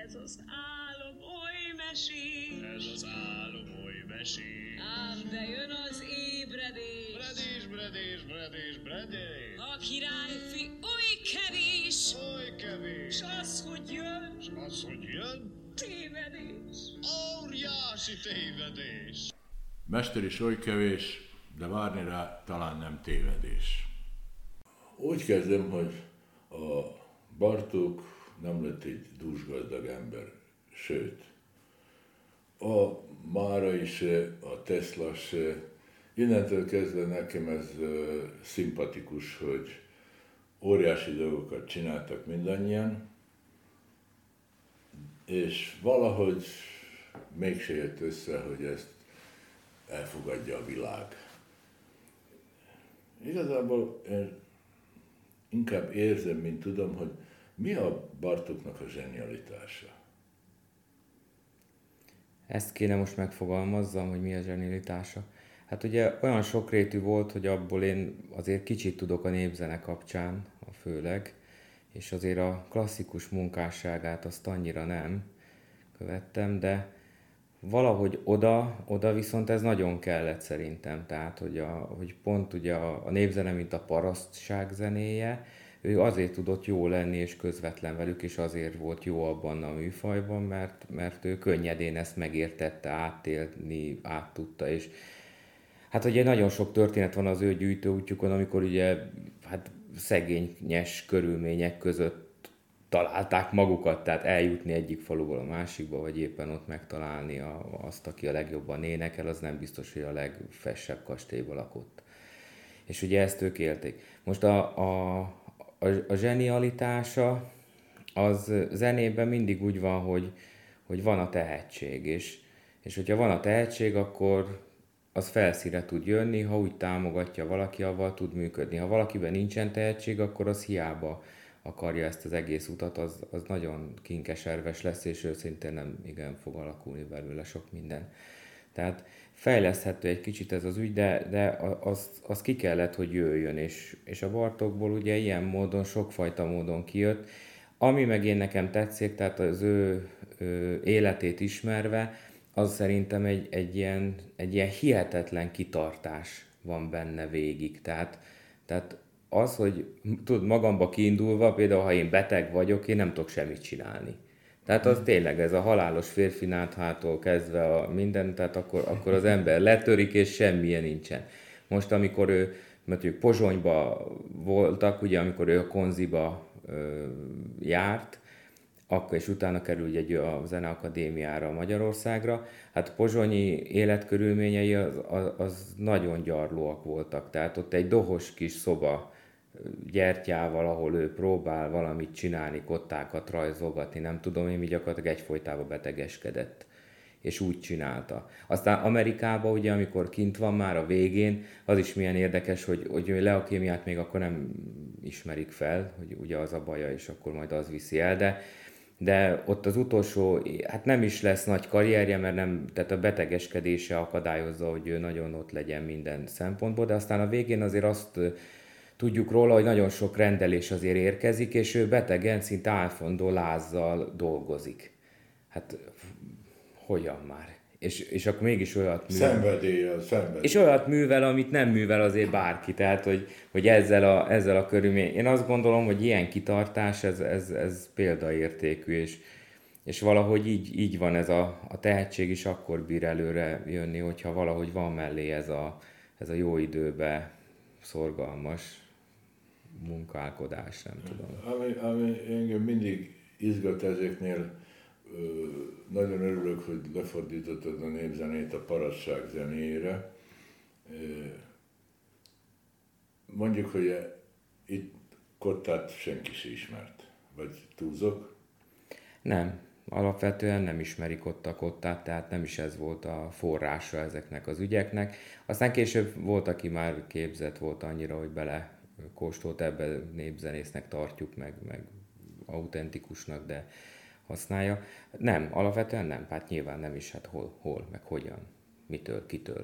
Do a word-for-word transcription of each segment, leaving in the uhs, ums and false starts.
Ez az álom oly mesés, ez az álom oly mesés. Ám de jön az ébredés, Bredés, bredés, bredés, bredés. a királyfi oly kevés, Oly kevés. s az, hogy jön, S az, hogy jön, tévedés. óriási tévedés. Mester is oly kevés, de várni rá talán nem tévedés. Úgy kezdem, hogy a Bartók nem lett egy dúsgazdag ember, sőt, a Márai se, a Tesla se. Innentől kezdve nekem ez uh, szimpatikus, hogy óriási dolgokat csináltak mindannyian, és valahogy mégse jött össze, hogy ezt elfogadja a világ. Igazából én inkább érzem, mint tudom, hogy mi a Bartóknak a zsenialitása. Ezt kéne most megfogalmazzam, hogy mi a zsenialitása. Hát ugye olyan sokrétű volt, hogy abból én azért kicsit tudok a népzene kapcsán, a főleg, és azért a klasszikus munkásságát azt annyira nem követtem, de valahogy oda, oda viszont ez nagyon kellett szerintem, tehát hogy, a, hogy pont ugye a, a népzene, mint a parasztság zenéje, ő azért tudott jó lenni és közvetlen velük, és azért volt jó abban a műfajban, mert, mert ő könnyedén ezt megértette, áttélni, át tudta, és hát ugye nagyon sok történet van az ő gyűjtőútjukon, amikor ugye hát szegényes körülmények között találták magukat, tehát eljutni egyik faluból a másikba, vagy éppen ott megtalálni a, azt, aki a legjobban énekel, az nem biztos, hogy a legfessebb kastélyban lakott. És ugye ezt ők élték. Most a, a, a, a zsenialitása az zenében mindig úgy van, hogy, hogy van a tehetség, és, és hogyha van a tehetség, akkor az felszínre tud jönni, ha úgy támogatja valaki, avval tud működni. Ha valakiben nincsen tehetség, akkor az hiába akarja ezt az egész utat, az, az nagyon kinkeserves lesz, és őszintén nem igen fog alakulni belőle sok minden. Tehát fejleszthető egy kicsit ez az ügy, de, de az, az ki kellett, hogy jöjjön, és, és a Bartókból ugye ilyen módon, sokfajta módon kijött. Ami meg én nekem tetszik, tehát az ő, ő életét ismerve, az szerintem egy, egy, ilyen, egy ilyen hihetetlen kitartás van benne végig. Tehát, tehát az, hogy tud magamba kiindulva, például ha én beteg vagyok, én nem tudok semmit csinálni. Tehát az tényleg ez a halálos férfináthától kezdve a minden, tehát akkor, akkor az ember letörik, és semmilyen nincsen. Most amikor ő, mert ők Pozsonyba voltak, ugye amikor ő a Konziba ö, járt, akkor és utána kerül egy a Zeneakadémiára Magyarországra. Hát pozsonyi életkörülményei az, az, az nagyon gyarlóak voltak. Tehát ott egy dohos kis szoba gyertyával, ahol ő próbál valamit csinálni, kottákat rajzolgatni, nem tudom én, mi gyakorlatilag egyfolytában betegeskedett. És úgy csinálta. Aztán Amerikában ugye, amikor kint van már a végén, az is milyen érdekes, hogy, hogy leukémiát még akkor nem ismerik fel, hogy ugye az a baja, és akkor majd az viszi el, de de ott az utolsó, hát nem is lesz nagy karrierje, mert nem, tehát a betegeskedése akadályozza, hogy ő nagyon ott legyen minden szempontból, de aztán a végén azért azt tudjuk róla, hogy nagyon sok rendelés azért érkezik, és ő betegen, szinte álfondó lázzal dolgozik. Hát hogyan már? És, és akkor mégis olyat művel. Szenvedéllyel, szenvedéllyel. És olyat művel, amit nem művel azért bárki. Tehát, hogy, hogy ezzel a, ezzel a körülmény. Én azt gondolom, hogy ilyen kitartás, ez, ez, ez példaértékű, és, és valahogy így, így van ez a, a tehetség is akkor bír előre jönni, hogyha valahogy van mellé ez a, ez a jó időbe szorgalmas munkálkodás, nem tudom. Ami, ami engem mindig izgat ezeknél, nagyon örülök, hogy lefordítottad a népzenét a parasztság zenéjére. Mondjuk, hogy itt Kottát senki sem ismert, vagy túlzok? Nem, alapvetően nem ismerik ott a Kottát, tehát nem is ez volt a forrása ezeknek az ügyeknek. Aztán később volt, aki már képzett volt annyira, hogy bele kóstolt, ebbe népzenésznek tartjuk, meg, meg autentikusnak, de használja. Nem, alapvetően nem, hát nyilván nem is, hát hol, hol, meg hogyan, mitől, kitől.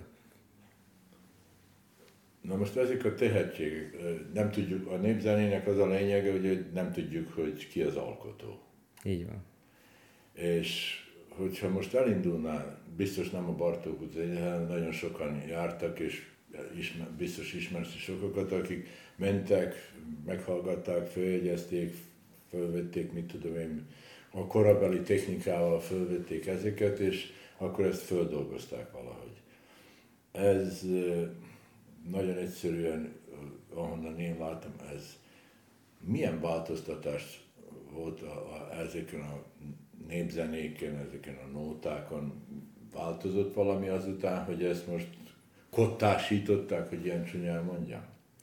Na most ezek a tehetségek, nem tudjuk, a népzenének az a lényege, hogy nem tudjuk, hogy ki az alkotó. Így van. És hogyha most elindulnál, biztos nem a Bartók utcai, hanem nagyon sokan jártak, és ismer, biztos ismersz is sokakat, akik mentek, meghallgatták, följegyezték, fölvették, mit tudom én, a korabeli technikával fölvették ezeket, és akkor ezt földolgozták valahogy. Ez nagyon egyszerűen, ahonnan én látom, ez milyen változtatás volt a, a, ezeken a népzenéken, ezeken a nótákon, változott valami azután, hogy ezt most kottásították, hogy ilyen csúnyán mondjam?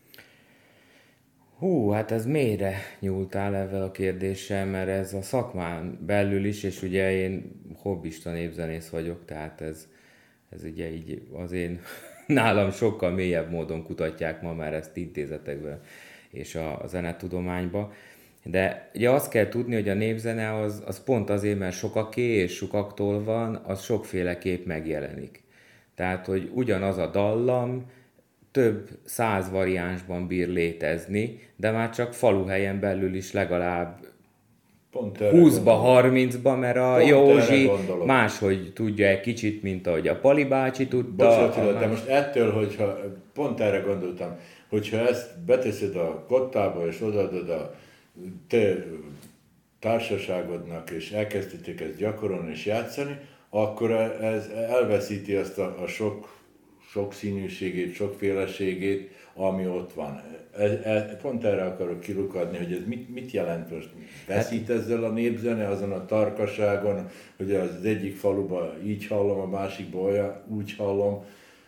Hú, hát ez mélyre nyúltál ezzel a kérdéssel, mert ez a szakmán belül is, és ugye én hobbista népzenész vagyok, tehát ez, ez ugye így az én nálam sokkal mélyebb módon kutatják ma már ezt intézetekben és a, a zenetudományba. De ugye azt kell tudni, hogy a népzene az, az pont azért, mert sokaké és sokaktól van, az sokféleképp megjelenik. Tehát, hogy ugyanaz a dallam több száz variánsban bír létezni, de már csak faluhelyen belül is legalább húszba, harmincba, mert a pont Józsi máshogy tudja egy kicsit, mint ahogy a Pali bácsi tudta. Bocsánat, más... de most ettől, hogyha pont erre gondoltam, hogyha ezt beteszed a kottába és odaadod a te társaságodnak, és elkezdtétek ezt gyakorolni és játszani, akkor ez elveszíti azt a, a sok, sok színűségét, sokféleségét, ami ott van. Ez, ez, pont erre akarok kilukadni, hogy ez mit, mit jelent most? Veszít ezzel a népzene azon a tarkaságon, hogy az egyik faluban így hallom, a másikban olyan, úgy hallom.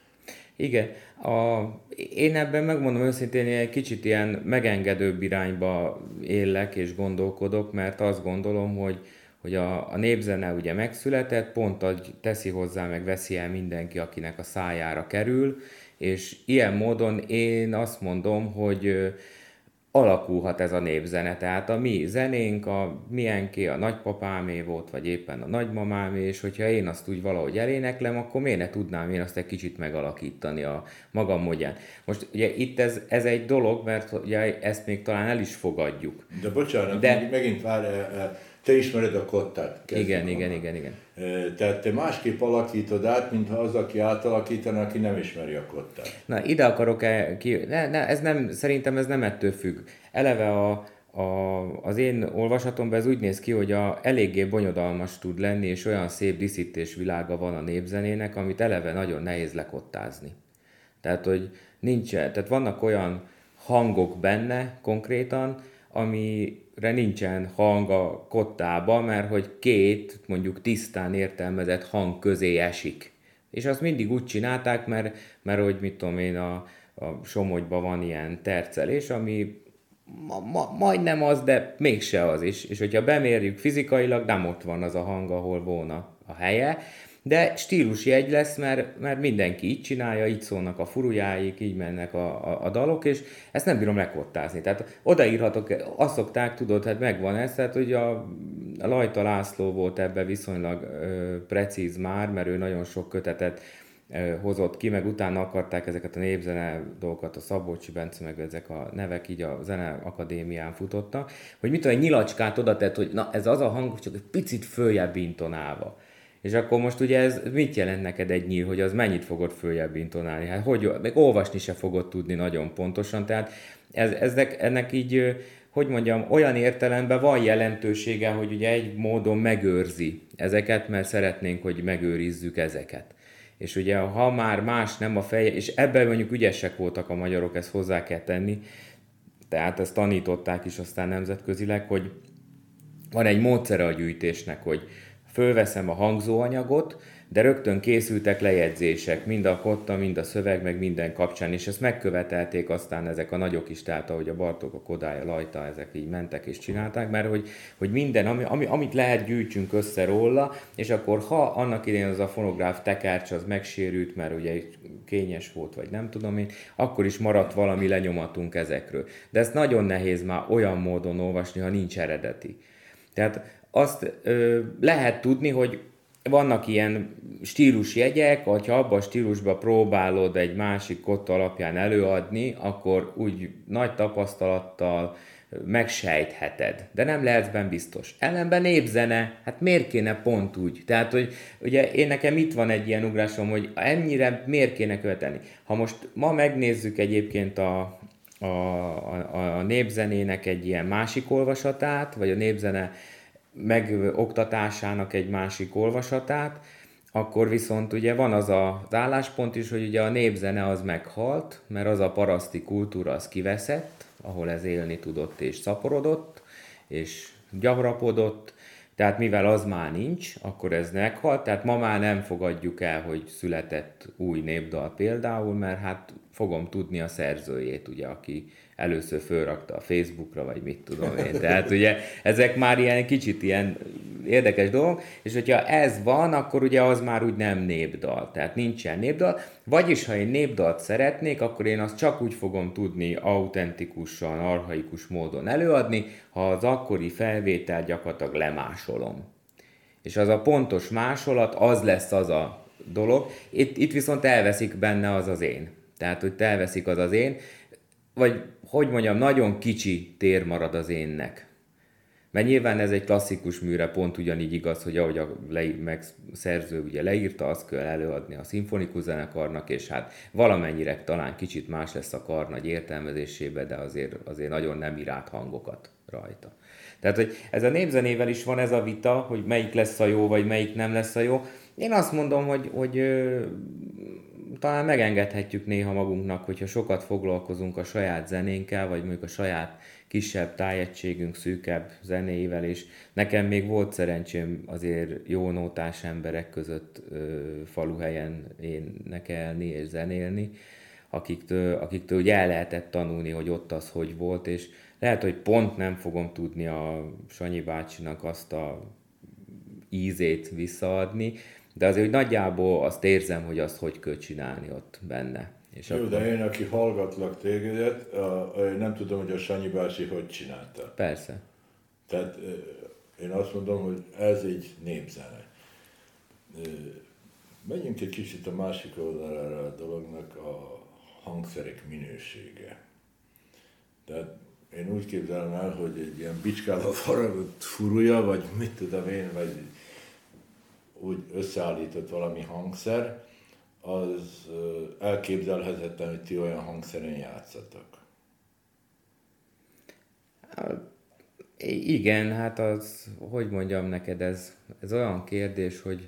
Igen, a, én ebben megmondom őszintén, egy kicsit ilyen megengedőbb irányba élek és gondolkodok, mert azt gondolom, hogy, hogy a, a népzene ugye megszületett, pont hogy teszi hozzá, meg veszi el mindenki, akinek a szájára kerül, és ilyen módon én azt mondom, hogy alakulhat ez a népzene, tehát a mi zenénk, a milyenké, a nagypapámé volt, vagy éppen a nagymamámé, és hogyha én azt úgy valahogy eléneklem, akkor miért ne tudnám én azt egy kicsit megalakítani a magam módján. Most ugye itt ez, ez egy dolog, mert ugye ezt még talán el is fogadjuk. De bocsánat, De... megint várj, te ismered a kottát. Igen, igen, igen, igen. Tehát te másképp alakítod át, mintha az, aki átalakítana, aki nem ismeri a kottát. Na, ide akarok el, ki, ne, ne, ez nem, szerintem ez nem ettől függ. Eleve a, a, az én olvasatomban ez úgy néz ki, hogy a, eléggé bonyodalmas tud lenni, és olyan szép diszítés világa van a népzenének, amit eleve nagyon nehéz lekottázni. Tehát, hogy nincs, tehát vannak olyan hangok benne konkrétan, amire nincsen hang a kottában, mert hogy két mondjuk tisztán értelmezett hang közé esik. És azt mindig úgy csinálták, mert, mert hogy mit tudom én, a, a Somogyban van ilyen tercelés, ami ma, ma, majdnem az, de mégse az is. És hogyha bemérjük fizikailag, nem ott van az a hang, ahol volna a helye, de stílusjegy lesz, mert, mert mindenki így csinálja, így szólnak a furujáik, így mennek a, a, a dalok, és ezt nem bírom lekottázni. Tehát odaírhatok, azt szokták, tudod, hát megvan ez, tehát hogy a, a Lajta László volt ebben viszonylag ö, precíz már, mert ő nagyon sok kötetet ö, hozott ki, meg utána akarták ezeket a népzene dolgokat, a Szabolcsi Bence, meg ezek a nevek így a Zene Akadémián futottak, hogy mit tudom, egy nyilacskát oda tett, hogy na ez az a hang, csak egy picit följebb intonálva. És akkor most ugye ez mit jelent neked egy nyíl, hogy az mennyit fogod följebb intonálni? Hát hogy, meg olvasni se fogod tudni nagyon pontosan, tehát ez, eznek, ennek így, hogy mondjam, olyan értelemben van jelentősége, hogy ugye egy módon megőrzi ezeket, mert szeretnénk, hogy megőrizzük ezeket. És ugye ha már más nem a feje, és ebben mondjuk ügyesek voltak a magyarok, ezt hozzá kell tenni, tehát ezt tanították is aztán nemzetközileg, hogy van egy módszere a gyűjtésnek, hogy fölveszem a hangzóanyagot, de rögtön készültek lejegyzések, mind a kotta, mind a szöveg, meg minden kapcsán, és ezt megkövetelték aztán ezek a nagyok is, tehát ahogy a Bartók, a Kodály, a Lajta, ezek így mentek és csinálták, mert hogy, hogy minden, ami, ami, amit lehet, gyűjtsünk össze róla, és akkor ha annak idején az a fonográf tekercs az megsérült, mert ugye kényes volt, vagy nem tudom én, akkor is maradt valami lenyomatunk ezekről. De ezt nagyon nehéz már olyan módon olvasni, ha nincs eredeti. Tehát azt ö, lehet tudni, hogy vannak ilyen stílusjegyek, hogyha abban a stílusban próbálod egy másik kotta alapján előadni, akkor úgy nagy tapasztalattal, megsejtheted, de nem lehetsz benne biztos. Ellenben népzene, hát miért kéne pont úgy? Tehát, hogy ugye én nekem itt van egy ilyen ugrásom, hogy ennyire miért kéne követelni. Ha most ma megnézzük egyébként a, a, a, a népzenének egy ilyen másik olvasatát, vagy a népzene megoktatásának egy másik olvasatát, akkor viszont ugye van az az álláspont is, hogy ugye a népzene az meghalt, mert az a paraszti kultúra az kiveszett, ahol ez élni tudott és szaporodott, és gyarapodott, tehát mivel az már nincs, akkor ez meghalt, tehát ma már nem fogadjuk el, hogy született új népdal például, mert hát fogom tudni a szerzőjét, ugye, aki először fölrakta a Facebookra, vagy mit tudom én. Tehát ugye ezek már ilyen kicsit ilyen érdekes dolgok, és hogyha ez van, akkor ugye az már úgy nem népdal, tehát nincsen népdal, vagyis ha én népdalt szeretnék, akkor én azt csak úgy fogom tudni autentikusan, archaikus módon előadni, ha az akkori felvétel gyakorlatilag lemásolom. És az a pontos másolat, az lesz az a dolog. Itt, itt viszont elveszik benne az az én. Tehát, hogy elveszik az az én, vagy hogy mondjam, nagyon kicsi tér marad az énnek. Mert nyilván ez egy klasszikus műre pont ugyanígy igaz, hogy ahogy a le, meg szerző ugye leírta, azt kell előadni a szimfonikus zenekarnak, és hát valamennyire talán kicsit más lesz a kar nagy értelmezésében, de azért, azért nagyon nem ír át hangokat rajta. Tehát, hogy ez a népzenével is van ez a vita, hogy melyik lesz a jó, vagy melyik nem lesz a jó. Én azt mondom, hogy, hogy ö, talán megengedhetjük néha magunknak, hogyha sokat foglalkozunk a saját zenénkkel, vagy mondjuk a saját kisebb tájegységünk, szűkebb zenéivel, és nekem még volt szerencsém azért jó nótás emberek között ö, faluhelyen énekelni és zenélni, akiktől, akiktől ugye el lehetett tanulni, hogy ott az hogy volt, és lehet, hogy pont nem fogom tudni a Sanyi bácsinak azt a ízét visszaadni, de azért nagyjából azt érzem, hogy azt hogy kell csinálni ott benne. És Jó, akkor... de én, aki hallgatlak tégedet, a, a, nem tudom, hogy a Sanyi bácsi hogy csinálta. Persze. Tehát én azt mondom, hogy ez egy népzene. Menjünk egy kicsit a másik oldalára a dolognak, a hangszerek minősége. Tehát én úgy képzelem el, hogy egy ilyen bicskával faragott furúja, vagy mit tudom én, vagy úgy összeállított valami hangszer, az elképzelhetetlen, hogy ti olyan hangszeren játszatok. Igen, hát az, hogy mondjam neked, ez, ez olyan kérdés, hogy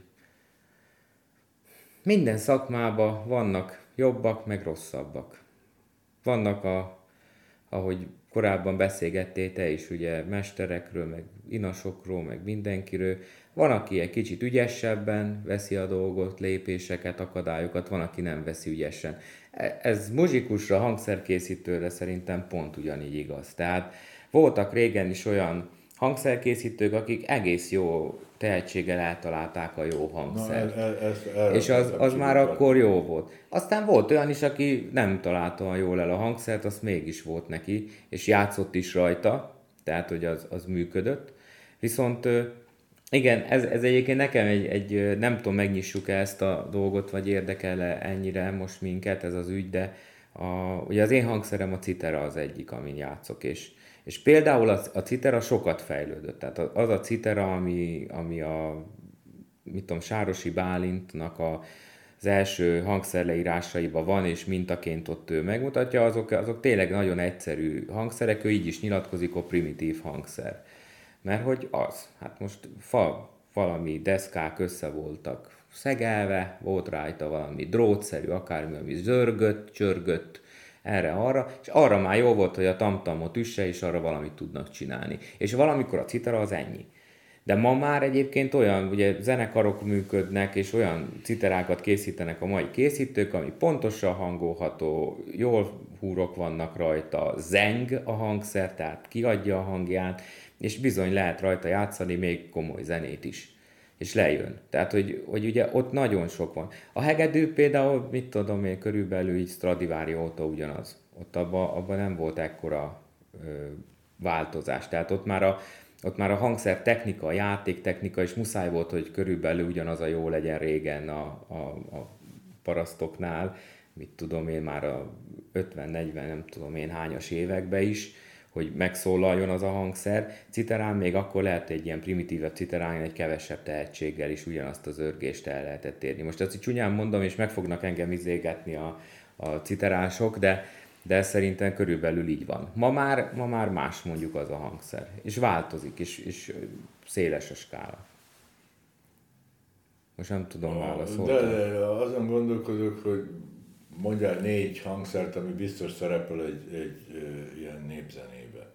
minden szakmában vannak jobbak, meg rosszabbak. Vannak, a, ahogy korábban beszélgettél te is, ugye mesterekről, meg inasokról, meg mindenkiről. Van, aki egy kicsit ügyesebben veszi a dolgot, lépéseket, akadályokat, van, aki nem veszi ügyesen. Ez muzsikusra, hangszerkészítőre szerintem pont ugyanígy igaz. Tehát voltak régen is olyan hangszerkészítők, akik egész jó tehetséggel eltalálták a jó hangszert. Na, ez, ez, ez, és az, az már akkor jó volt. Aztán volt olyan is, aki nem találta olyan jól el a hangszert, az mégis volt neki, és játszott is rajta, tehát hogy az, az működött. Viszont igen, ez, ez egyébként nekem egy, egy, nem tudom, megnyissuk ezt a dolgot, vagy érdekel ennyire most minket ez az ügy, de a, ugye az én hangszerem a citera az egyik, amin játszok, és És például a, a citera sokat fejlődött. Tehát az a citera, ami, ami a mit tudom, Sárosi Bálintnak a, az első hangszerleírásaiban van, és mintaként ott ő megmutatja, azok, azok tényleg nagyon egyszerű hangszerek, ő így is nyilatkozik, a primitív hangszer. Mert hogy az, hát most fa, valami deszkák össze voltak szegelve, volt rajta valami drótszerű, akármi, ami zörgött, csörgött, erre-arra, és arra már jó volt, hogy a tamtamot üsse, és arra valamit tudnak csinálni. És valamikor a citera az ennyi. De ma már egyébként olyan, ugye zenekarok működnek, és olyan citerákat készítenek a mai készítők, ami pontosan hangolható, jól húrok vannak rajta, zeng a hangszer, tehát kiadja a hangját, és bizony lehet rajta játszani még komoly zenét is. És lejön. Tehát, hogy, hogy ugye ott nagyon sok van. A hegedű például, mit tudom én, körülbelül így Stradivari óta ugyanaz. Ott abban abba nem volt ekkora ö, változás. Tehát ott már, a, ott már a hangszer technika, a játéktechnika is muszáj volt, hogy körülbelül ugyanaz a jó legyen régen a, a, a parasztoknál, mit tudom én, már a ötven-negyven, nem tudom én hányas években is, hogy megszólaljon az a hangszer. Citerán még akkor lehet egy ilyen primitívebb citerán, egy kevesebb tehetséggel is ugyanazt az örgést el lehetett érni. Most ezt így csúnyán mondom, és meg fognak engem izégetni a, a citerások, de, de szerintem körülbelül így van. Ma már, ma már más mondjuk az a hangszer, és változik, és, és széles a skála. Most nem tudom válaszolni. De, de azon gondolkodok, hogy mondjál négy hangszert, ami biztos szerepel egy, egy e, ilyen népzenébe.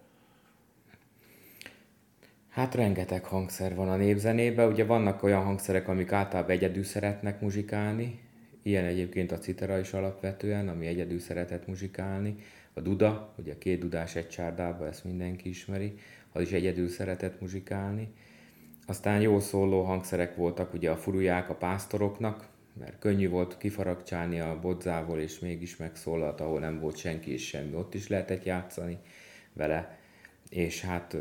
Hát rengeteg hangszer van a népzenében. Ugye vannak olyan hangszerek, amik általában egyedül szeretnek muzsikálni. Ilyen egyébként a citera is alapvetően, ami egyedül szeretett muzsikálni. A duda, ugye két dudás egy csárdába, ezt mindenki ismeri, az is egyedül szeretett muzsikálni. Aztán jó szóló hangszerek voltak ugye a furuják a pásztoroknak, mert könnyű volt kifaragcsálni a bodzával, és mégis megszólalt, ahol nem volt senki és semmi, ott is lehetett játszani vele. És hát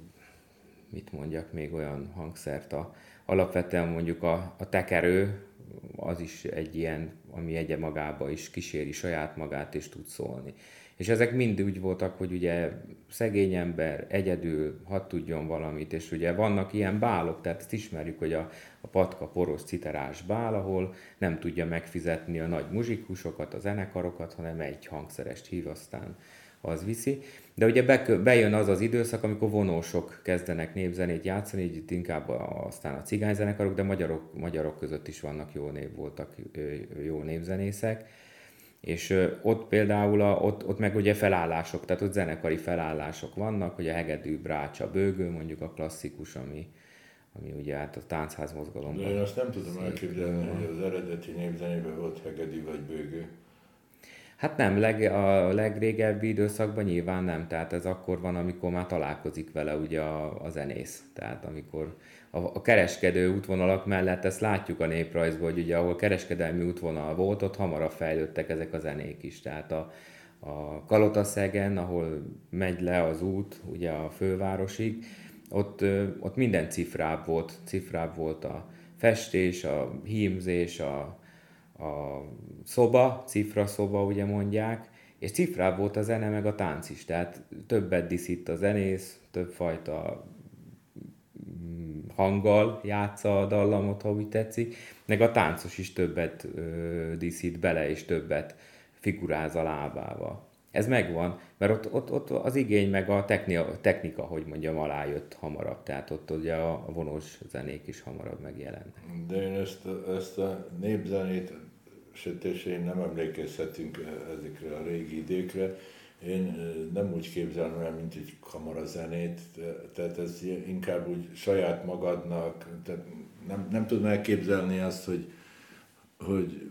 mit mondjak még olyan hangszert, a, alapvetően mondjuk a, a tekerő, az is egy ilyen, ami egye magába is kíséri saját magát és tud szólni. És ezek mind úgy voltak, hogy ugye szegény ember egyedül hadd tudjon valamit, és ugye vannak ilyen bálok, tehát ezt ismerjük, hogy a, a patka poros citerás bál, ahol nem tudja megfizetni a nagy muzsikusokat, a zenekarokat, hanem egy hangszerest hív, aztán az viszi. De ugye bejön az az időszak, amikor vonósok kezdenek népzenét játszani, így itt inkább a, aztán a cigányzenekarok, de magyarok, magyarok között is vannak jó név, voltak jó népzenészek. És ott például, a, ott, ott meg ugye felállások, tehát ott zenekari felállások vannak, hogy a hegedű, brácsa, bőgő, mondjuk a klasszikus, ami, ami ugye hát a táncház mozgalomban. De én azt nem tudom elképzelni, hogy az eredeti népzenében volt hegedű vagy bőgő. Hát nem, leg, a legrégebbi időszakban nyilván nem, tehát ez akkor van, amikor már találkozik vele ugye a, a zenész. Tehát amikor a, a kereskedő útvonalak mellett, ezt látjuk a néprajzban, hogy ugye ahol kereskedelmi útvonal volt, ott hamarabb fejlődtek ezek a zenék is. Tehát a, a Kalotaszegen, ahol megy le az út ugye a fővárosig, ott, ott minden cifrább volt, cifrább volt a festés, a hímzés, a a szoba, cifra szoba, ugye mondják, és cifrább volt a zene, meg a tánc is, tehát többet diszít a zenész, többfajta hanggal játsza a dallamot, ha úgy tetszik, meg a táncos is többet ö, diszít bele, és többet figuráz a lábával. Ez megvan, mert ott, ott, ott az igény meg a technika, technika, hogy mondjam, alá jött hamarabb, tehát ott ugye a vonós zenék is hamarabb megjelennek. De én ezt a, ezt a népzenét, és én nem emlékezhetünk ezekre a régi időkre. Én nem úgy képzelem el, mint egy kamarazenét, tehát ez inkább úgy saját magadnak, tehát nem, nem tudom elképzelni azt, hogy, hogy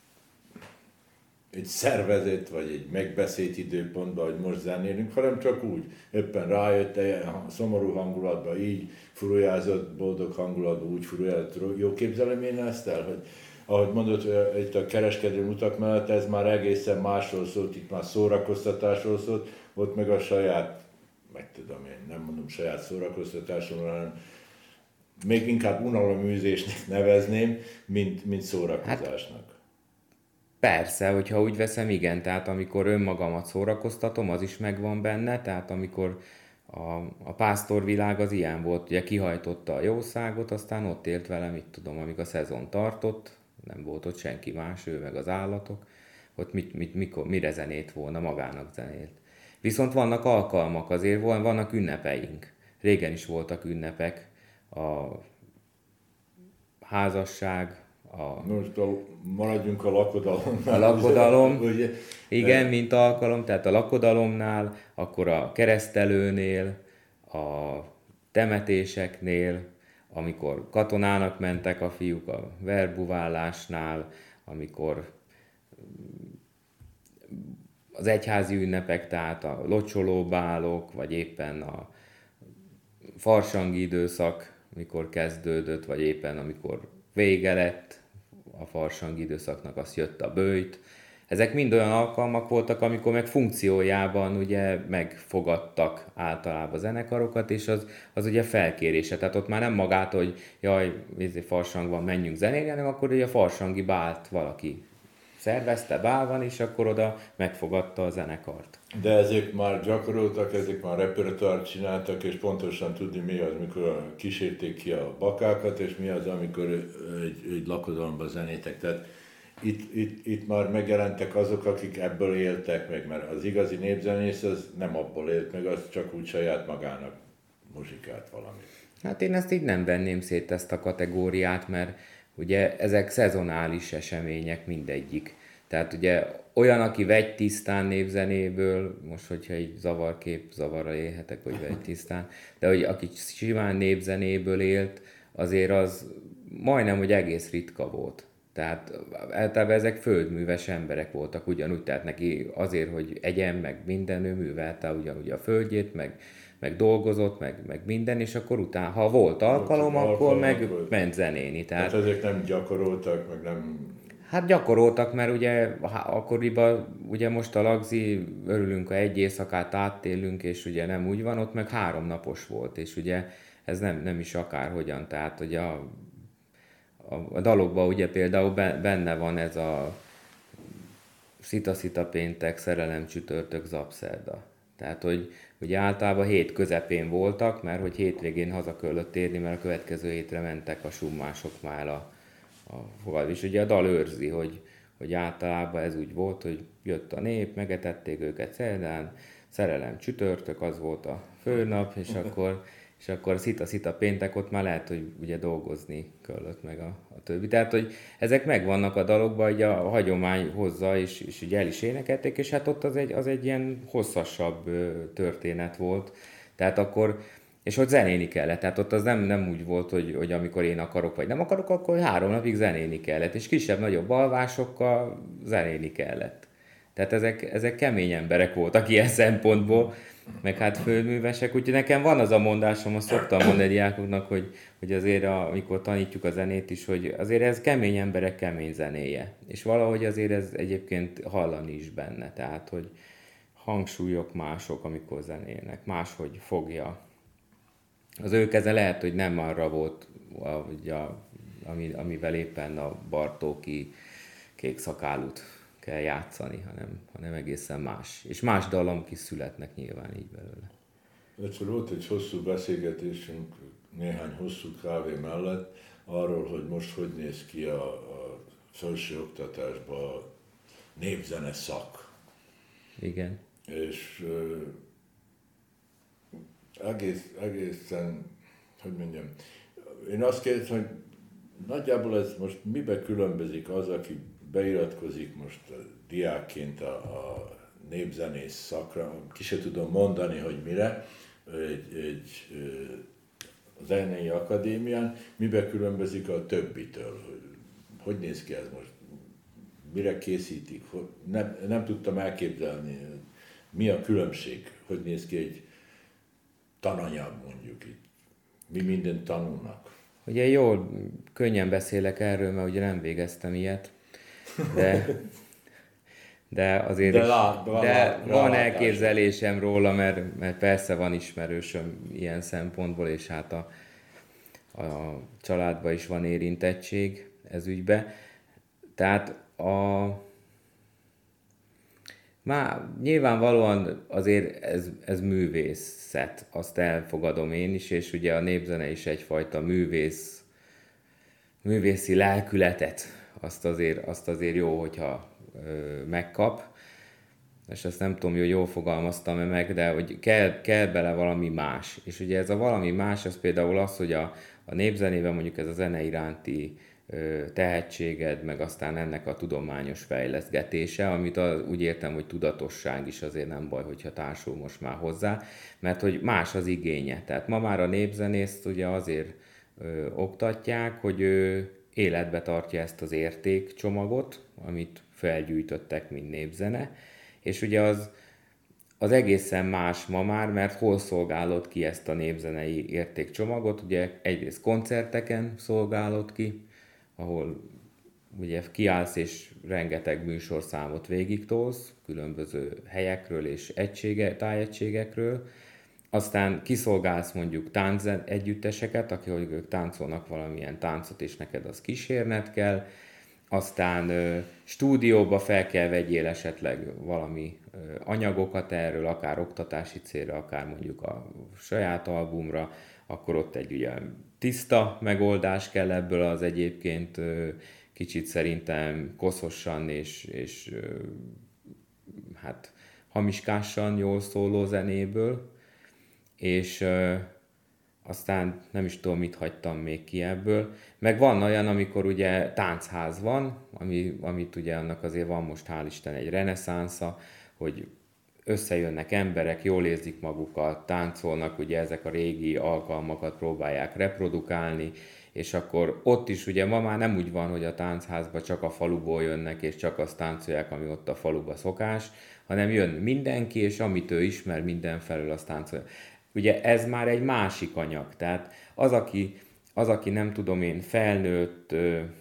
egy szervezet, vagy egy megbeszélt időpontban, hogy most zenélünk, hanem csak úgy, éppen rájött a szomorú hangulatban, így furujázott, boldog hangulatban, úgy furujázott. Jó képzelem én ezt el, hogy ahogy mondod, itt a kereskedő utak mellett ez már egészen másról szólt, itt már szórakoztatásról szólt, ott meg a saját, meg tudom én, nem mondom saját szórakoztatásról, hanem még inkább unaloműzésnek nevezném, mint, mint szórakozásnak. Hát, persze, hogyha úgy veszem, igen, tehát amikor önmagamat szórakoztatom, az is megvan benne, tehát amikor a, a pásztorvilág az ilyen volt, ugye kihajtotta a jószágot, aztán ott élt vele, mit tudom, amíg a szezon tartott, nem volt ott senki más, ő meg az állatok, ott mit, mit, mikor, mire zenét volna, magának zenélt. Viszont vannak alkalmak, azért vannak ünnepeink. Régen is voltak ünnepek, a házasság, a... Most a, maradjunk a lakodalomnál. A lakodalom, ugye? Igen, mint alkalom, tehát a lakodalomnál, akkor a keresztelőnél, a temetéseknél, amikor katonának mentek a fiúk a verbuválásnál, amikor az egyházi ünnepek, tehát a locsolóbálok, vagy éppen a farsangi időszak, mikor kezdődött, vagy éppen amikor vége lett a farsangi időszaknak, az jött a böjt. Ezek mind olyan alkalmak voltak, amikor meg funkciójában ugye megfogadtak általában zenekarokat, és az, az ugye felkérése. Tehát ott már nem magát, hogy jaj, farsang van, menjünk zenélni, hanem akkor ugye a farsangi bált valaki szervezte Bálvan, és akkor oda megfogadta a zenekart. De ezek már gyakoroltak, ezek már repertoárt csináltak, és pontosan tudni mi az, amikor kísérték ki a bakákat, és mi az, amikor egy, egy lakodalomban zenétek. Tehát itt, itt, itt már megjelentek azok, akik ebből éltek meg, mert az igazi népzenész az nem abból élt meg, az csak úgy saját magának muzsikált valamit. Hát én ezt így nem venném szét, ezt a kategóriát, mert ugye ezek szezonális események mindegyik. Tehát ugye olyan, aki vegy tisztán népzenéből, most hogyha egy zavarkép, zavarra élhetek, hogy vegy tisztán, de hogy aki simán népzenéből élt, azért az majdnem, hogy egész ritka volt. Tehát általában ezek földműves emberek voltak ugyanúgy, tehát neki azért, hogy egyen, meg minden, ő művelte ugyanúgy a földjét, meg, meg dolgozott, meg, meg minden, és akkor utána, ha volt alkalom, volt, akkor alkalom, meg volt. Ment zenéni. Tehát, hát ezek nem gyakoroltak, meg nem... Hát gyakoroltak, mert ugye akkoriban, ugye most a Lagzi, örülünk, ha egy éjszakát áttélünk, és ugye nem úgy van, ott meg három napos volt, és ugye ez nem, nem is akárhogyan, tehát ugye a, a, a dalokban ugye például benne van ez a szita-szita péntek, szerelem csütörtök, zapszerda. Tehát, hogy ugye általában hét közepén voltak, mert hogy hétvégén haza kellett térni, mert a következő hétre mentek a summások már a a fogad. És ugye a dal őrzi, hogy, hogy általában ez úgy volt, hogy jött a nép, megetették őket szerdán, szerelem csütörtök, az volt a főnap, és akkor, és akkor szita-szita péntek, ott már lehet, hogy ugye dolgozni kellett meg a, a többi. Tehát, hogy ezek megvannak a dalokban, ugye a hagyomány hozza, és, és ugye el is énekelték, és hát ott az egy, az egy ilyen hosszasabb történet volt. Tehát akkor és hogy zenéni kellett, tehát ott az nem, nem úgy volt, hogy, hogy amikor én akarok, vagy nem akarok, akkor három napig zenéni kellett, és kisebb-nagyobb alvásokkal zenéni kellett. Tehát ezek, ezek kemény emberek voltak ilyen szempontból, meg hát földművesek, úgyhogy nekem van az a mondásom, azt szoktam mondani a diákoknak, hogy, hogy azért, a, amikor tanítjuk a zenét is, hogy azért ez kemény emberek kemény zenéje. És valahogy azért ez egyébként hallani is benne, tehát hogy hangsúlyok mások, amikor zenélnek, máshogy fogja. Az ő keze lehet, hogy nem arra volt, a, a, ami, amivel éppen a Bartóki kék szakálut kell játszani, hanem, hanem egészen más. És más dallamok is születnek nyilván így belőle. Egyszer volt egy hosszú beszélgetésünk néhány hosszú kávé mellett arról, hogy most hogy néz ki a, a felsőoktatásban a népzene szak. Igen. És Egész, egészen, hogy mondjam, én azt kérdezem, hogy nagyjából ez most mibe különbözik az, aki beiratkozik most diákként a, a népzenész szakra, ki se tudom mondani, hogy mire, egy, egy a zenei akadémián, mibe különbözik a többitől, hogy, hogy néz ki ez most, mire készítik, hogy nem, nem tudtam elképzelni, mi a különbség, hogy néz ki egy tananyag, mondjuk itt. Mi mindent tanulnak. Ugye jól, könnyen beszélek erről, mert ugye nem végeztem ilyet, de, de azért de is, lát, de lát, van lát, elképzelésem róla, mert, mert persze van ismerősöm ilyen szempontból, és hát a, a családban is van érintettség ez ügybe. Tehát a Már nyilvánvalóan azért ez, ez művészet, azt elfogadom én is, és ugye a népzene is egyfajta művész, művészi lelkületet, azt azért, azt azért jó, hogyha ö, megkap. És ezt nem tudom, hogy jól fogalmaztam-e meg, de hogy kell, kell bele valami más. És ugye ez a valami más, az például az, hogy a, a népzenében mondjuk ez a zene iránti tehetséged, meg aztán ennek a tudományos fejleszgetése, amit a, úgy értem, hogy tudatosság is azért nem baj, hogyha társul most már hozzá, mert hogy más az igénye. Tehát ma már a népzenészt ugye azért ö, oktatják, hogy ő életbe tartja ezt az értékcsomagot, amit felgyűjtöttek, mint népzene, és ugye az, az egészen más ma már, mert hol szolgálod ki ezt a népzenei értékcsomagot, ugye egyrészt koncerteken szolgálod ki, ahol ugye kiállsz és rengeteg műsorszámot végigtolsz, különböző helyekről és egysége, tájegységekről, aztán kiszolgálsz mondjuk tánc együtteseket, akik ők táncolnak valamilyen táncot, és neked az kísérned kell, aztán ö, stúdióba fel kell vegyél esetleg valami ö, anyagokat erről, akár oktatási célra, akár mondjuk a saját albumra, akkor ott egy ugye tiszta megoldás kell ebből az egyébként ö, kicsit szerintem koszosan és, és ö, hát hamiskásan jól szóló zenéből, és ö, aztán nem is tudom, mit hagytam még ki ebből. Meg van olyan, amikor ugye táncház van, ami, amit ugye annak azért van most hál' Isten egy reneszánsza, hogy összejönnek emberek, jól érzik magukat, táncolnak, ugye ezek a régi alkalmakat próbálják reprodukálni, és akkor ott is ugye ma már nem úgy van, hogy a táncházba csak a faluból jönnek, és csak azt táncolják, ami ott a faluba szokás, hanem jön mindenki, és amit ő ismer mindenfelől, azt táncolja. Ugye ez már egy másik anyag, tehát az, aki, az, aki nem tudom én, felnőtt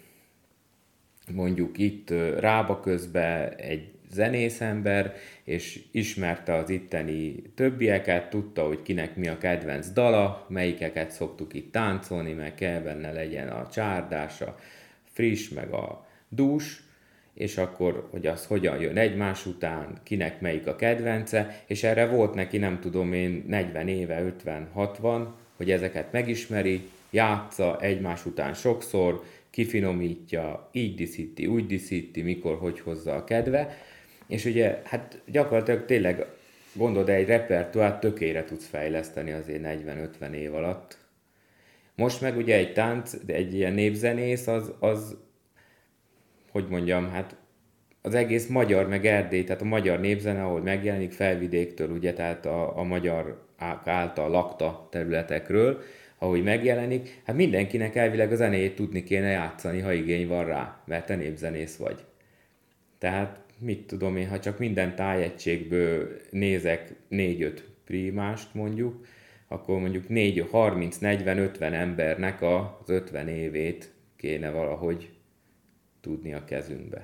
mondjuk itt Rába közben egy zenészember, és ismerte az itteni többieket, tudta, hogy kinek mi a kedvenc dala, melyikeket szoktuk itt táncolni, meg kell benne legyen a csárdás, a friss, meg a dús, és akkor, hogy az hogyan jön egymás után, kinek melyik a kedvence, és erre volt neki, nem tudom én, negyven éve, ötven, hatvan, hogy ezeket megismeri, játsza egymás után sokszor, kifinomítja, így diszíti, úgy diszíti, mikor, hogy hozza a kedve, és ugye, hát gyakorlatilag tényleg gondolod, egy repertoárt tökére tudsz fejleszteni azért negyven-ötven év alatt. Most meg ugye egy tánc, egy ilyen népzenész, az, az hogy mondjam, hát az egész magyar, meg Erdély, tehát a magyar népzene, ahol megjelenik Felvidéktől, ugye, tehát a, a magyar által lakta területekről, ahogy megjelenik, hát mindenkinek elvileg a zenéjét tudni kéne játszani, ha igény van rá, mert te népzenész vagy. Tehát mit tudom én, ha csak minden tájegységből nézek négy-öt primást mondjuk, akkor mondjuk négy, harminc, negyven, ötven embernek az ötven évét kéne valahogy tudni a kezünkbe.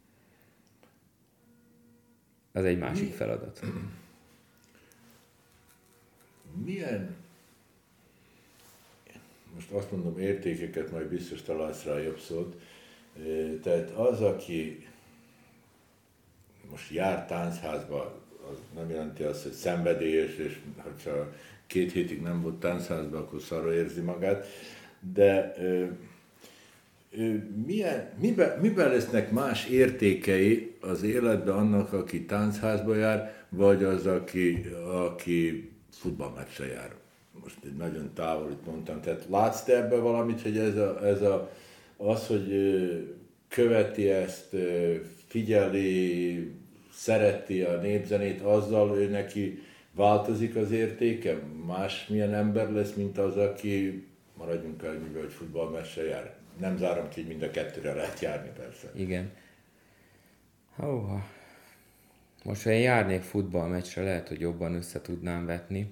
Az egy másik feladat. Milyen, most azt mondom értékeket, majd biztos találsz rá jobb szót, tehát az, aki most jár táncházba, az nem jelenti azt, hogy szenvedélyes, és ha két hétig nem volt táncházba, akkor szarra érzi magát, de ö, ö, milyen, miben, miben lesznek más értékei az életben annak, aki táncházba jár, vagy az, aki, aki futballmeccsre jár? Most egy nagyon távolit mondtam, tehát látsz te ebben valamit, hogy ez, a, ez a, az, hogy követi ezt, figyeli, szereti a népzenét, azzal ő neki változik az értéke? Másmilyen ember lesz, mint az, aki, maradjunk el, mivel, hogy futballmeccsre jár. Nem zárom ki, hogy mind a kettőre lehet járni, persze. Igen. Hóha. Most, ha én járnék futballmeccsre, lehet, hogy jobban össze tudnám vetni.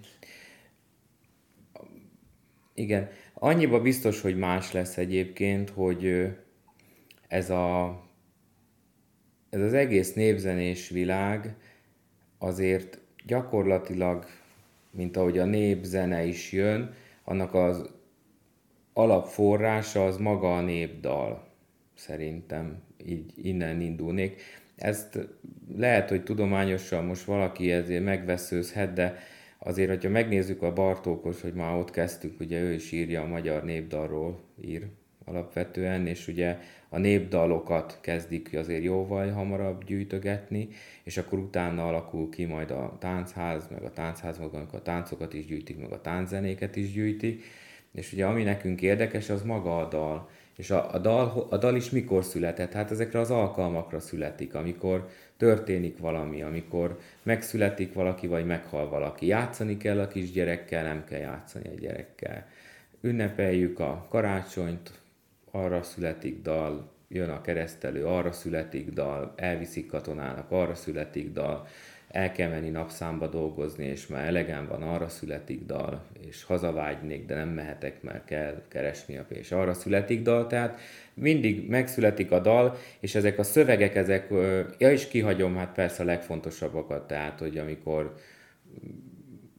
Igen. Annyiba biztos, hogy más lesz egyébként, hogy ez a Ez az egész népzenés világ azért gyakorlatilag, mint ahogy a népzene is jön, annak az alapforrása az maga a népdal, szerintem, így innen indulnék. Ezt lehet, hogy tudományosan most valaki ezért megveszőzhet, de azért, hogyha megnézzük a Bartókot, hogy már ott kezdtük, ugye ő is írja a magyar népdalról, ír alapvetően, és ugye a népdalokat kezdik azért jóval hamarabb gyűjtögetni, és akkor utána alakul ki majd a táncház, meg a táncház magának a táncokat is gyűjtik, meg a tánczenéket is gyűjtik, és ugye ami nekünk érdekes, az maga a dal. És a, a, dal, a dal is mikor született? Hát ezekre az alkalmakra születik, amikor történik valami, amikor megszületik valaki, vagy meghal valaki. Játszani kell a kisgyerekkel, nem kell játszani a gyerekkel. Ünnepeljük a karácsonyt, arra születik dal, jön a keresztelő, arra születik dal, elviszik katonának, arra születik dal, el kell menni napszámba dolgozni, és már elegem van, arra születik dal, és hazavágynék, de nem mehetek, mert kell keresni a pénzt, arra születik dal, tehát mindig megszületik a dal, és ezek a szövegek, ezek, ja is kihagyom, hát persze a legfontosabbakat, tehát, hogy amikor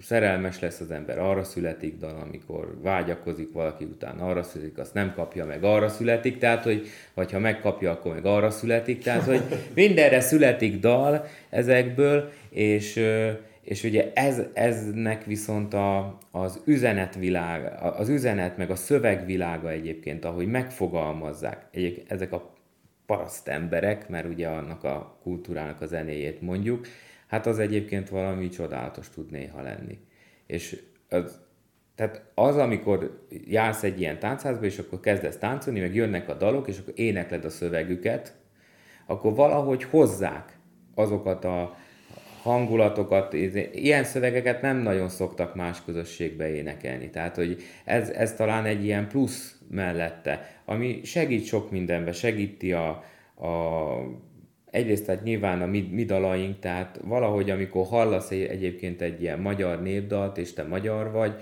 szerelmes lesz az ember, arra születik dal, amikor vágyakozik valaki után, arra születik, azt nem kapja meg, arra születik, tehát, hogy, vagy ha megkapja, akkor meg arra születik, tehát, hogy mindenre születik dal ezekből, és, és ugye ez, eznek viszont a, az üzenetvilág, az üzenet meg a szövegvilága egyébként, ahogy megfogalmazzák, egyébként ezek a paraszt emberek, mert ugye annak a kultúrának a zenéjét mondjuk, hát az egyébként valami csodálatos tud néha lenni. És az, tehát az, amikor jársz egy ilyen táncházba, és akkor kezdesz táncolni, meg jönnek a dalok, és akkor énekled a szövegüket, akkor valahogy hozzák azokat a hangulatokat, ilyen szövegeket nem nagyon szoktak más közösségbe énekelni. Tehát, hogy ez, ez talán egy ilyen plusz mellette, ami segít sok mindenbe, segíti a, a egyrészt tehát nyilván a mi, mi dalaink, tehát valahogy amikor hallasz egyébként egy ilyen magyar népdalt, és te magyar vagy,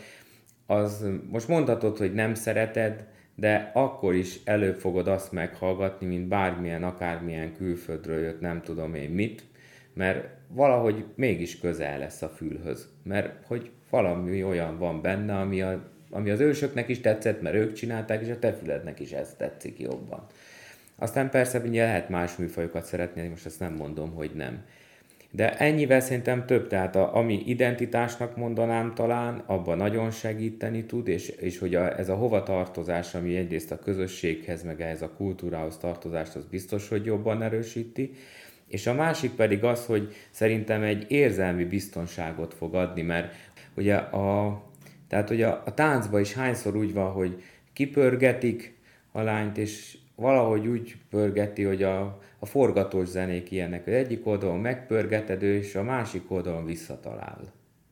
az most mondhatod, hogy nem szereted, de akkor is előbb fogod azt meghallgatni, mint bármilyen, akármilyen külföldről jött, nem tudom én mit, mert valahogy mégis közel lesz a fülhöz. Mert hogy valami olyan van benne, ami, a, ami az ősöknek is tetszett, mert ők csinálták, és a te fülednek is ez tetszik jobban. Aztán persze ugye lehet más műfajokat szeretni, most ezt nem mondom, hogy nem. De ennyivel szerintem több, tehát a, ami identitásnak mondanám talán, abban nagyon segíteni tud, és, és hogy a, ez a hovatartozás, ami egyrészt a közösséghez, meg ez a kultúrához tartozást, az biztos, hogy jobban erősíti. És a másik pedig az, hogy szerintem egy érzelmi biztonságot fog adni, mert ugye a, tehát ugye a, a táncban is hányszor úgy van, hogy kipörgetik a lányt, és valahogy úgy pörgeti, hogy a, a forgatós zenék ilyenek, hogy egyik oldalon megpörgeted, és a másik oldalon visszatalál.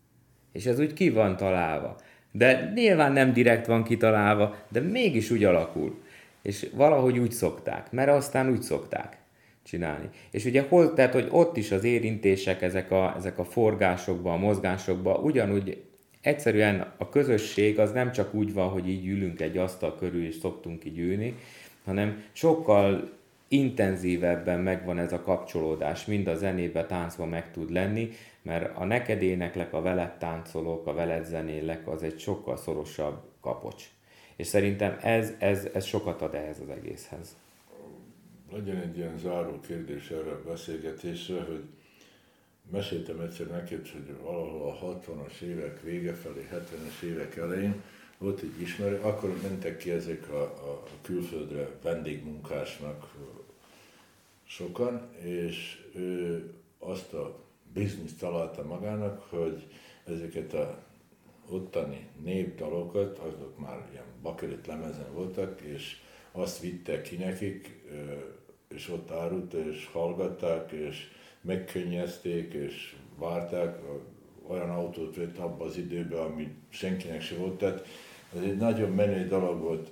És ez úgy ki van találva. De nyilván nem direkt van kitalálva, de mégis úgy alakul. És valahogy úgy szokták, mert aztán úgy szokták csinálni. És ugye hol, tehát, hogy ott is az érintések, ezek a, ezek a forgásokban, a mozgásokban, ugyanúgy egyszerűen a közösség az nem csak úgy van, hogy így ülünk egy asztal körül, és szoktunk így ülni, hanem sokkal intenzívebben megvan ez a kapcsolódás, mind a zenébe, táncban meg tud lenni, mert a neked éneklek, a veled táncolok, a veled zenélek, az egy sokkal szorosabb kapocs. És szerintem ez, ez, ez sokat ad ehhez az egészhez. Legyen egy ilyen záró kérdés erre a beszélgetésre, hogy meséltem egyszer neked, hogy valahol a hatvanas évek vége felé, hetvenes évek elején volt egy ismerő, akkor mentek ki ezek a, a külföldre vendégmunkásnak sokan, és ő azt a bizniszt találta magának, hogy ezeket a ottani népdalokat, azok már ilyen bakelit lemezen voltak, és azt vittek ki nekik, és ott árult, és hallgatták, és megkönnyezték, és várták, olyan autót vett abban az időben, ami senkinek se volt. Tehát ez egy nagyon menő dolog volt.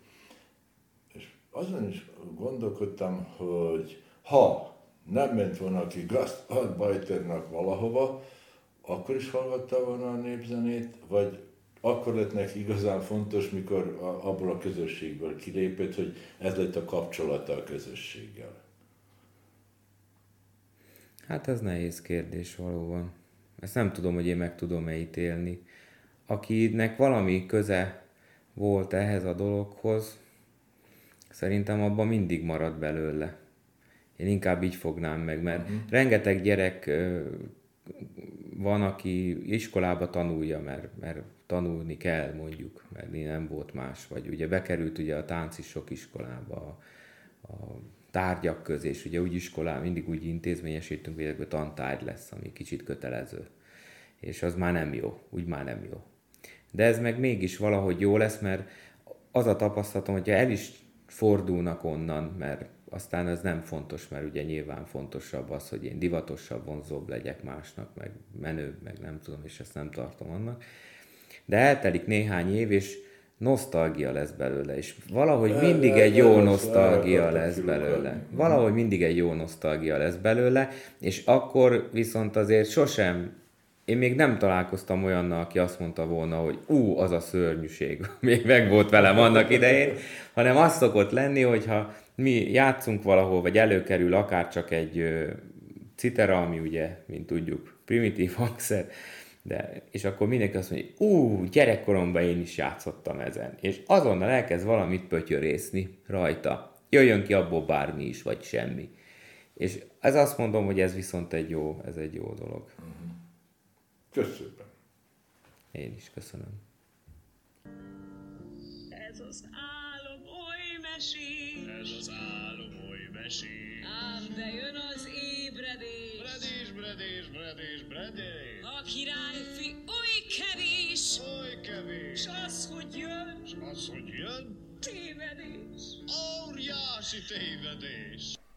És azon is gondolkodtam, hogy ha nem ment volna ki Gastarbajternak valahova, akkor is hallgatta volna a népzenét, vagy akkor lett neki igazán fontos, mikor abból a közösségből kilépett, hogy ez lett a kapcsolata a közösséggel. Hát ez nehéz kérdés valóban. Ezt nem tudom, hogy én meg tudom-e ítélni. Akinek valami köze volt ehhez a dologhoz, szerintem abban mindig marad belőle. Én inkább így fognám meg, mert uh-huh. rengeteg gyerek van, aki iskolába tanulja, mert, mert tanulni kell mondjuk, mert nem volt más. Vagy ugye bekerült ugye a tánc is sok iskolába, a, a tárgyak közé, és ugye úgy iskolán mindig úgy intézményesítünk, hogy ebből tantárgy lesz, ami kicsit kötelező. És az már nem jó, úgy már nem jó. De ez meg mégis valahogy jó lesz, mert az a tapasztalatom, hogyha el is fordulnak onnan, mert aztán ez nem fontos, mert ugye nyilván fontosabb az, hogy én divatosabb, vonzóbb legyek másnak, meg menőbb, meg nem tudom, és ezt nem tartom annak. De eltelik néhány év, és nosztalgia lesz belőle, és valahogy mindig egy jó nosztalgia lesz belőle. Valahogy mindig egy jó nosztalgia lesz belőle, és akkor viszont azért sosem, én még nem találkoztam olyannal, aki azt mondta volna, hogy ú, az a szörnyűség, még meg volt velem annak idején, hanem az szokott lenni, hogyha mi játszunk valahol, vagy előkerül akár csak egy ö, citera, ami ugye, mint tudjuk, primitív hangszer, De, és akkor mindenki azt mondja, ú, gyerekkoromban én is játszottam ezen. És azonnal elkezd valamit pötyörészni rajta. Jöjjön ki abból bármi is, vagy semmi. És ez azt mondom, hogy ez viszont egy jó, ez egy jó dolog. Köszönöm. Én is köszönöm. Ez az álom oly mesés, Ez az álom oly mesés. ám bejön az ébredés. Bredés, bredés, bredés, bredés. A királyfi oly kevés, Oly kevés. s az, hogy jön, S az, hogy jön, tévedés. óriási tévedés.